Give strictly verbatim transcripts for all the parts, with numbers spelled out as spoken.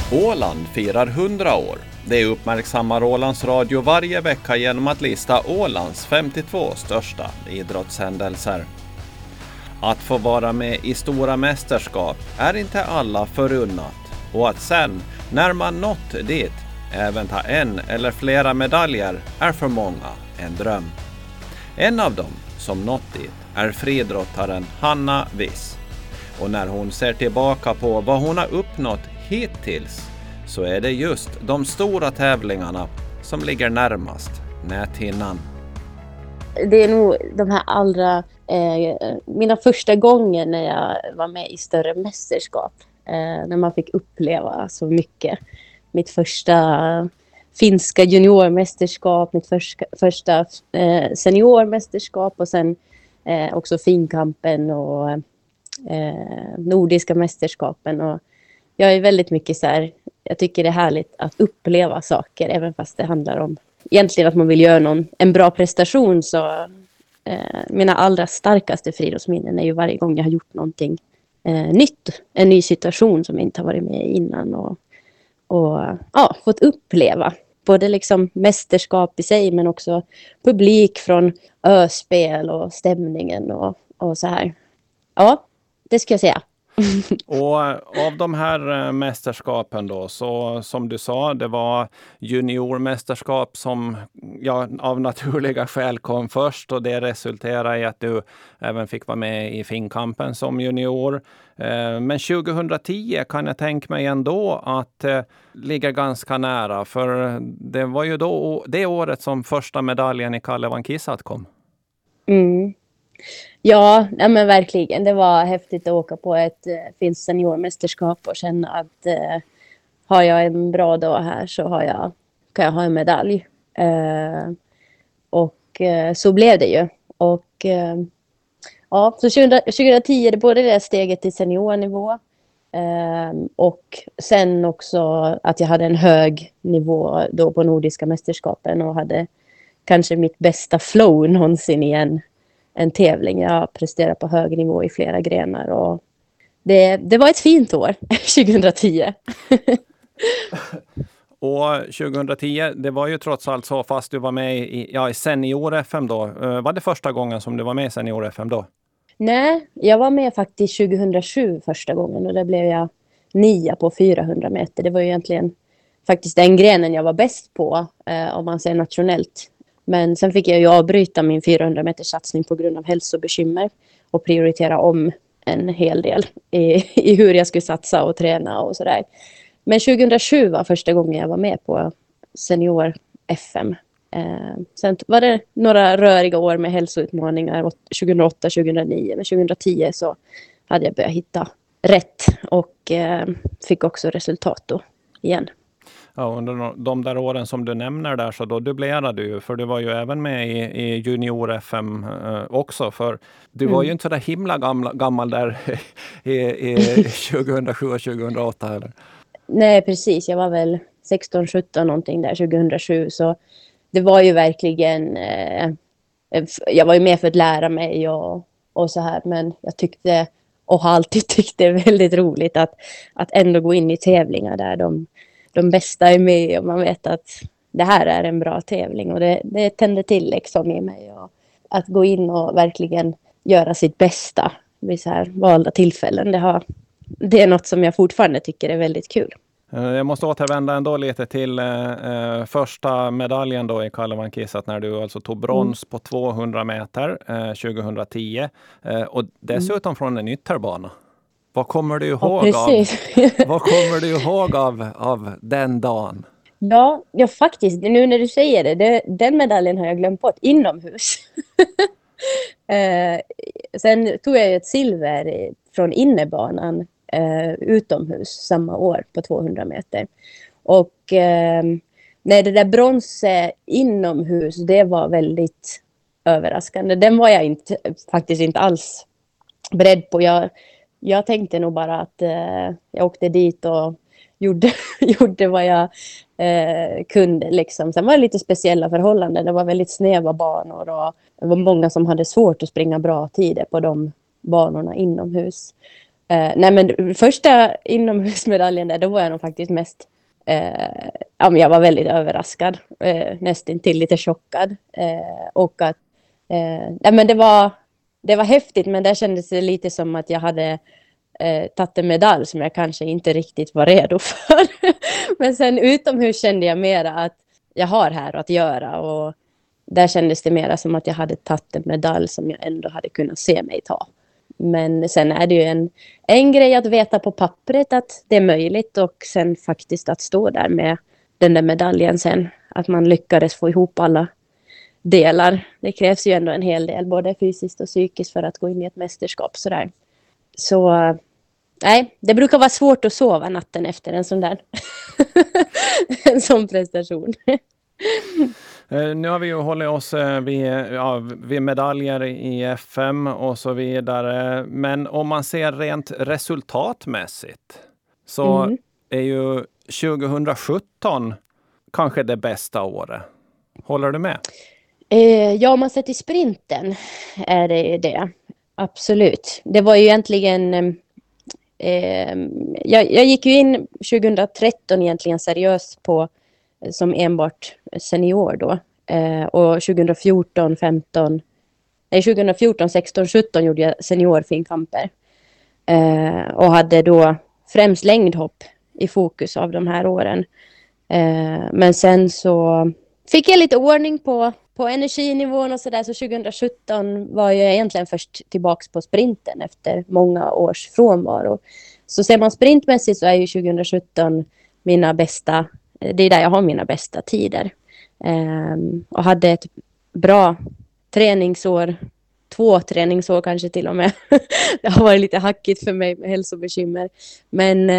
Åland firar hundra år. Det uppmärksammar Ålands Radio varje vecka genom att lista Ålands femtiotvå största idrottshändelser. Att få vara med i stora mästerskap är inte alla förunnat. Och att sen, när man nått dit, även ta en eller flera medaljer är för många en dröm. En av dem som nått dit är friidrottaren Hanna Wiss. Och när hon ser tillbaka på vad hon har uppnått hittills så är det just de stora tävlingarna som ligger närmast näthinnan. Det är nog de här allra, eh, mina första gånger när jag var med i större mästerskap. Eh, när man fick uppleva så mycket. Mitt första finska juniormästerskap, mitt första, första eh, seniormästerskap och sen eh, också finkampen och eh, nordiska mästerskapen. Och jag är väldigt mycket så här, jag tycker det är härligt att uppleva saker även fast det handlar om egentligen att man vill göra någon, en bra prestation. Så eh, mina allra starkaste friidrottsminnen är ju varje gång jag har gjort någonting eh, nytt. En ny situation som jag inte har varit med i innan och, och ja, fått uppleva. Både liksom mästerskap i sig men också publik från öspel och stämningen och, och så här. Ja, det ska jag säga. Och av de här mästerskapen då, så som du sa, det var juniormästerskap som ja, av naturliga skäl kom först och det resulterade i att du även fick vara med i finkampen som junior. Men tjugohundratio kan jag tänka mig ändå att eh, ligger ganska nära, för det var ju då det året som första medaljen i Kalevan Kissat kom. Mm. Ja, nej men verkligen. Det var häftigt att åka på ett eh, finskt seniormästerskap och känna att eh, har jag en bra dag här så har jag, kan jag ha en medalj. Eh, och eh, så blev det ju. Och eh, ja, så tjugohundratio det både det steget till seniornivå eh, och sen också att jag hade en hög nivå då på nordiska mästerskapen och hade kanske mitt bästa flow någonsin igen. En tävling. Jag presterar på hög nivå i flera grenar och det, det var ett fint år, tjugohundratio. Och tjugohundratio, det var ju trots allt så, fast du var med i, ja, i senior-F M då. Var det första gången som du var med i senior-F M då? Nej, jag var med faktiskt tjugohundrasju första gången och där blev jag nia på fyrahundra meter. Det var ju egentligen faktiskt den grenen jag var bäst på eh, om man säger nationellt. Men sen fick jag ju avbryta min fyrahundra meters satsning på grund av hälsobekymmer och prioritera om en hel del i, i hur jag skulle satsa och träna och sådär. Men tjugohundrasju var första gången jag var med på senior-F M. Eh, sen var det några röriga år med hälsoutmaningar tjugohundraåtta tjugohundranio. Men tjugohundratio så hade jag börjat hitta rätt och eh, fick också resultat då igen. Ja, under de där åren som du nämner där så då dubblerade du ju, för du var ju även med i, i junior-F M eh, också, för du mm. var ju inte så där himla gamla, gammal där i, i tjugohundrasju och tjugohundraåtta heller. Nej, precis. Jag var väl sexton sjutton någonting där tjugohundrasju, så det var ju verkligen eh, jag var ju med för att lära mig och, och så här, men jag tyckte och har alltid tyckt det är väldigt roligt att, att ändå gå in i tävlingar där de De bästa är med och man vet att det här är en bra tävling och det, det tänder till liksom i mig. Och att gå in och verkligen göra sitt bästa vid så här valda tillfällen, det, har, det är något som jag fortfarande tycker är väldigt kul. Jag måste återvända ändå lite till eh, första medaljen då i Kalevan Kissat när du alltså tog brons mm. på tvåhundra meter eh, tjugohundratio eh, och dessutom mm. från en ytterbana. Vad kommer du ihåg ja, av, vad kommer du ihåg av, av den dagen? Ja, ja, faktiskt. Nu när du säger det, det den medaljen har jag glömt bort inomhus. eh, sen tog jag ett silver från innebanan eh, utomhus samma år på tvåhundra meter. Och eh, när det där brons inomhus, det var väldigt överraskande. Den var jag inte, faktiskt inte alls beredd på. Jag Jag tänkte nog bara att eh, jag åkte dit och gjorde, gjorde vad jag eh, kunde. Liksom. Sen var det lite speciella förhållanden. Det var väldigt snäva banor och det var många som hade svårt att springa bra tider på de banorna inomhus. Eh, nej men första inomhusmedaljen där, då var jag nog faktiskt mest, eh, ja men jag var väldigt överraskad, eh, nästan till lite chockad. Eh, och att, eh, nej men det var, det var häftigt, men där kändes det lite som att jag hade eh, tagit en medalj som jag kanske inte riktigt var redo för. Men sen utomhus kände jag mera att jag har här att göra, och där kändes det mera som att jag hade tagit en medalj som jag ändå hade kunnat se mig ta. Men sen är det ju en, en grej att veta på pappret att det är möjligt, och sen faktiskt att stå där med den där medaljen sen. Att man lyckades få ihop alla delar. Det krävs ju ändå en hel del, både fysiskt och psykiskt, för att gå in i ett mästerskap sådär. Så nej, det brukar vara svårt att sova natten efter en sån där en sån prestation. Nu har vi ju hållit oss vid, ja, vid medaljer i F M och så vidare. Men om man ser rent resultatmässigt så mm. är ju tjugohundrasjutton kanske det bästa året. Håller du med? Eh, ja, om man sett i sprinten är det det. Absolut. Det var ju egentligen... Eh, jag, jag gick ju in tjugohundratretton egentligen seriöst på som enbart senior då. Eh, och tjugohundrafjorton, femton, nej tjugohundrafjorton, sexton, sjutton gjorde jag seniorfinkamper. Eh, och hade då främst längdhopp i fokus av de här åren. Eh, men sen så fick jag lite ordning på, på energinivån och sådär. Så tjugohundrasjutton var jag egentligen först tillbaks på sprinten efter många års frånvaro. Så ser man sprintmässigt så är ju tjugohundrasjutton mina bästa, det är där jag har mina bästa tider. Um, och hade ett bra träningsår, två träningsår kanske till och med. Det har varit lite hackigt för mig med hälsobekymmer. Men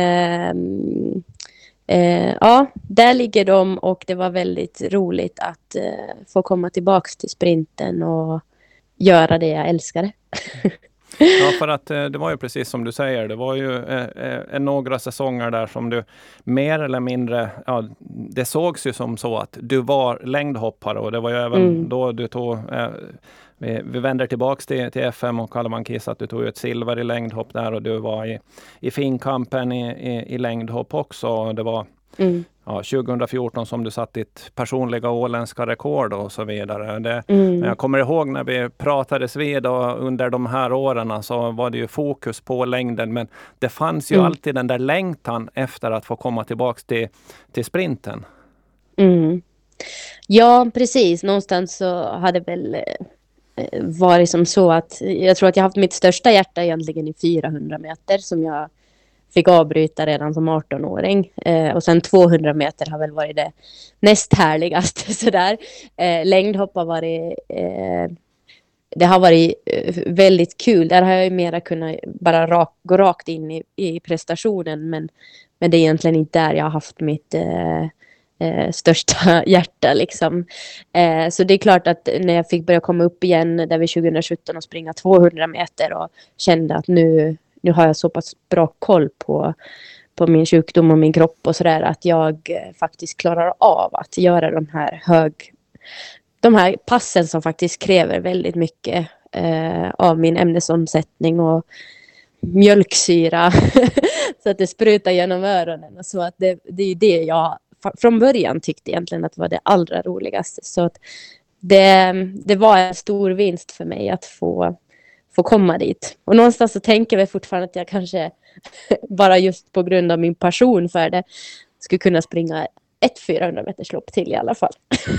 um, uh, ja, där ligger de, och det var väldigt roligt att uh, få komma tillbaks till sprinten och göra det jag älskade. Ja, för att det var ju precis som du säger, det var ju eh, eh, några säsonger där som du mer eller mindre, ja, det sågs ju som så att du var längdhoppare, och det var ju även mm. då du tog, eh, vi, vi vänder tillbaks till, till F M och Kaleman Kiss, att du tog ett silver i längdhopp där, och du var i, i finkampen i, i, i längdhopp också, och det var mm. ja, tjugohundrafjorton som du satt ditt personliga åländska rekord och så vidare. Det, mm. Jag kommer ihåg när vi pratades vid och under de här åren så var det ju fokus på längden, men det fanns ju mm. alltid den där längtan efter att få komma tillbaka till, till sprinten. Mm. Ja, precis. Någonstans så hade väl eh, varit som så att jag tror att jag haft mitt största hjärta egentligen i fyrahundra meter som jag fick avbryta redan som arton-åring. Eh, och sen tvåhundra meter har väl varit det näst härligaste. Sådär. Eh, längdhopp har varit... Eh, det har varit eh, väldigt kul. Där har jag ju mera kunnat bara rak, gå rakt in i, i prestationen. Men, men det är egentligen inte där jag har haft mitt eh, eh, största hjärta. Liksom. Eh, så det är klart att när jag fick börja komma upp igen där vid tjugohundrasjutton och springa tvåhundra meter och kände att nu... Nu har jag så pass bra koll på, på min sjukdom och min kropp och sådär, att jag faktiskt klarar av att göra de här hög, de här passen som faktiskt kräver väldigt mycket eh, av min ämnesomsättning och mjölksyra så att det sprutar genom öronen. Och så att det, det är det jag från början tyckte egentligen att var det allra roligaste. Så att det, det var en stor vinst för mig att få få komma dit. Och någonstans så tänker jag fortfarande att jag kanske bara just på grund av min passion för det skulle kunna springa ett fyrahundra meters lopp till i alla fall.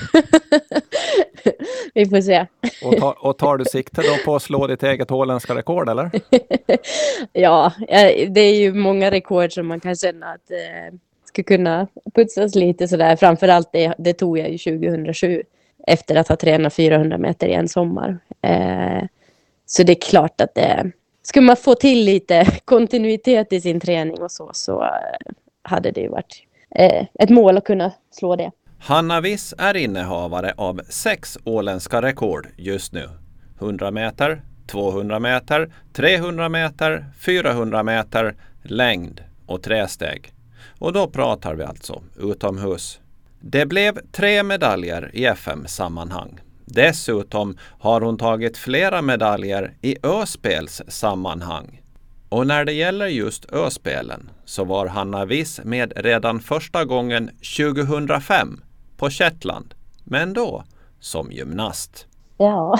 Vi får se. Och, ta, och tar du sikte då på att slå ditt eget åländska rekord, eller? Ja, det är ju många rekord som man kan känna att eh, skulle kunna putsas lite sådär. Framförallt det, det tog jag ju tjugohundrasju efter att ha tränat fyrahundra meter i en sommar. Eh, Så det är klart att det, skulle man få till lite kontinuitet i sin träning och så, så hade det varit eh, ett mål att kunna slå det. Hanna Wiss är innehavare av sex åländska rekord just nu. hundra meter, tvåhundra meter, trehundra meter, fyrahundra meter, längd och trästeg. Och då pratar vi alltså utomhus. Det blev tre medaljer i F M-sammanhang. Dessutom har hon tagit flera medaljer i Öspels sammanhang. Och när det gäller just öspelen så var Hanna Wiss med redan första gången tjugohundrafem på Shetland, men då som gymnast. Ja.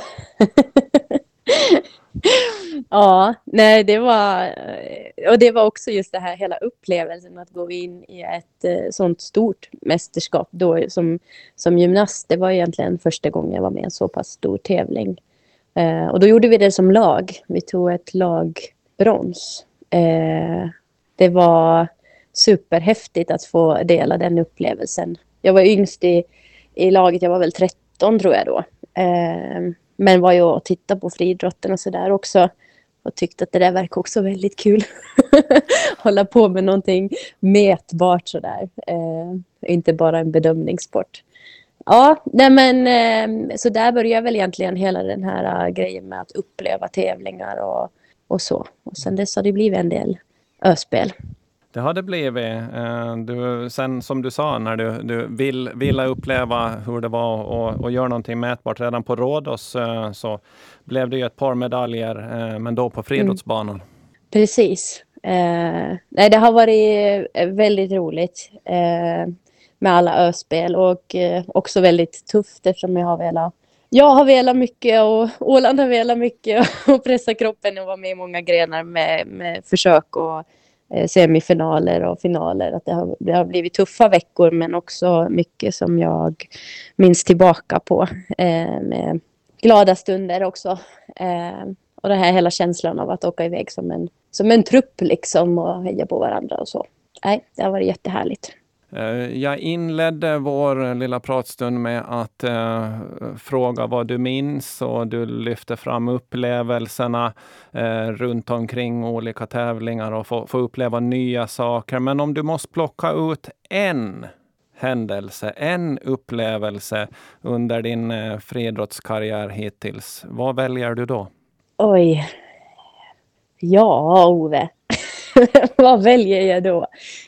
Ja, nej det var, och det var också just det här hela upplevelsen att gå in i ett eh, sånt stort mästerskap då som, som gymnast. Det var egentligen första gången jag var med i en så pass stor tävling. Eh, och då gjorde vi det som lag. Vi tog ett lagbrons. Eh, det var superhäftigt att få dela den upplevelsen. Jag var yngst i, i laget, jag var väl tretton tror jag då. Eh, men var ju att titta på friidrotten och sådär också. Och tyckte att det där verkar också väldigt kul. Hålla på med någonting mätbart sådär. Eh, inte bara en bedömningssport. Ja, nej men eh, så där börjar väl egentligen hela den här uh, grejen med att uppleva tävlingar och, och så. Och sen dess har det blivit en del öspel. Det har det blivit. Du, sen som du sa, när du, du vill, ville uppleva hur det var och, och göra någonting mätbart redan på Rhodos, så blev det ju ett par medaljer, men då på friidrottsbanan. Mm. Precis. Eh, nej, det har varit väldigt roligt eh, med alla öspel och eh, också väldigt tufft eftersom jag har velat Jag har velat mycket och Åland har velat mycket och pressa kroppen och vara med i många grenar med, med försök och semifinaler och finaler. Att det har, det har blivit tuffa veckor men också mycket som jag minns tillbaka på eh, med glada stunder också. Eh, och det här hela känslan av att åka iväg som en, som en trupp liksom och heja på varandra och så. Nej, det har varit jättehärligt. Jag inledde vår lilla pratstund med att eh, fråga vad du minns, och du lyfte fram upplevelserna eh, runt omkring olika tävlingar och få, få uppleva nya saker. Men om du måste plocka ut en händelse, en upplevelse under din eh, friidrottskarriär hittills, vad väljer du då? Oj. Ja, Ove. Vad väljer jag då?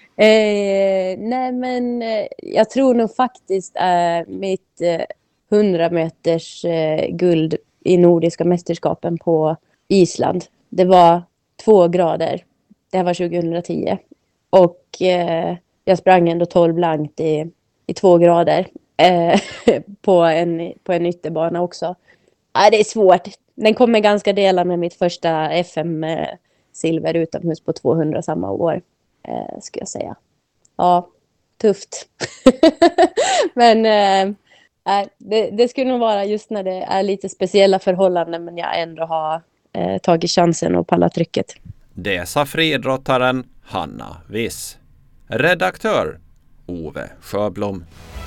Eh, nej men eh, jag tror nog faktiskt är mitt eh, hundra meters eh, guld i nordiska mästerskapen på Island. Det var två grader. Det här var tjugohundratio. Och eh, jag sprang ändå tolv blankt i, i två grader eh, på, en, på en ytterbana också. Ja, det är svårt. Den kommer ganska dela med mitt första F M-silver utomhus på tvåhundra samma år. Eh, ska jag säga. Ja, tufft. men eh, det, det skulle nog vara just när det är lite speciella förhållanden men jag ändå har eh, tagit chansen och pallat trycket. Det sa friidrottaren Hanna Wiss. Redaktör Ove Sjöblom.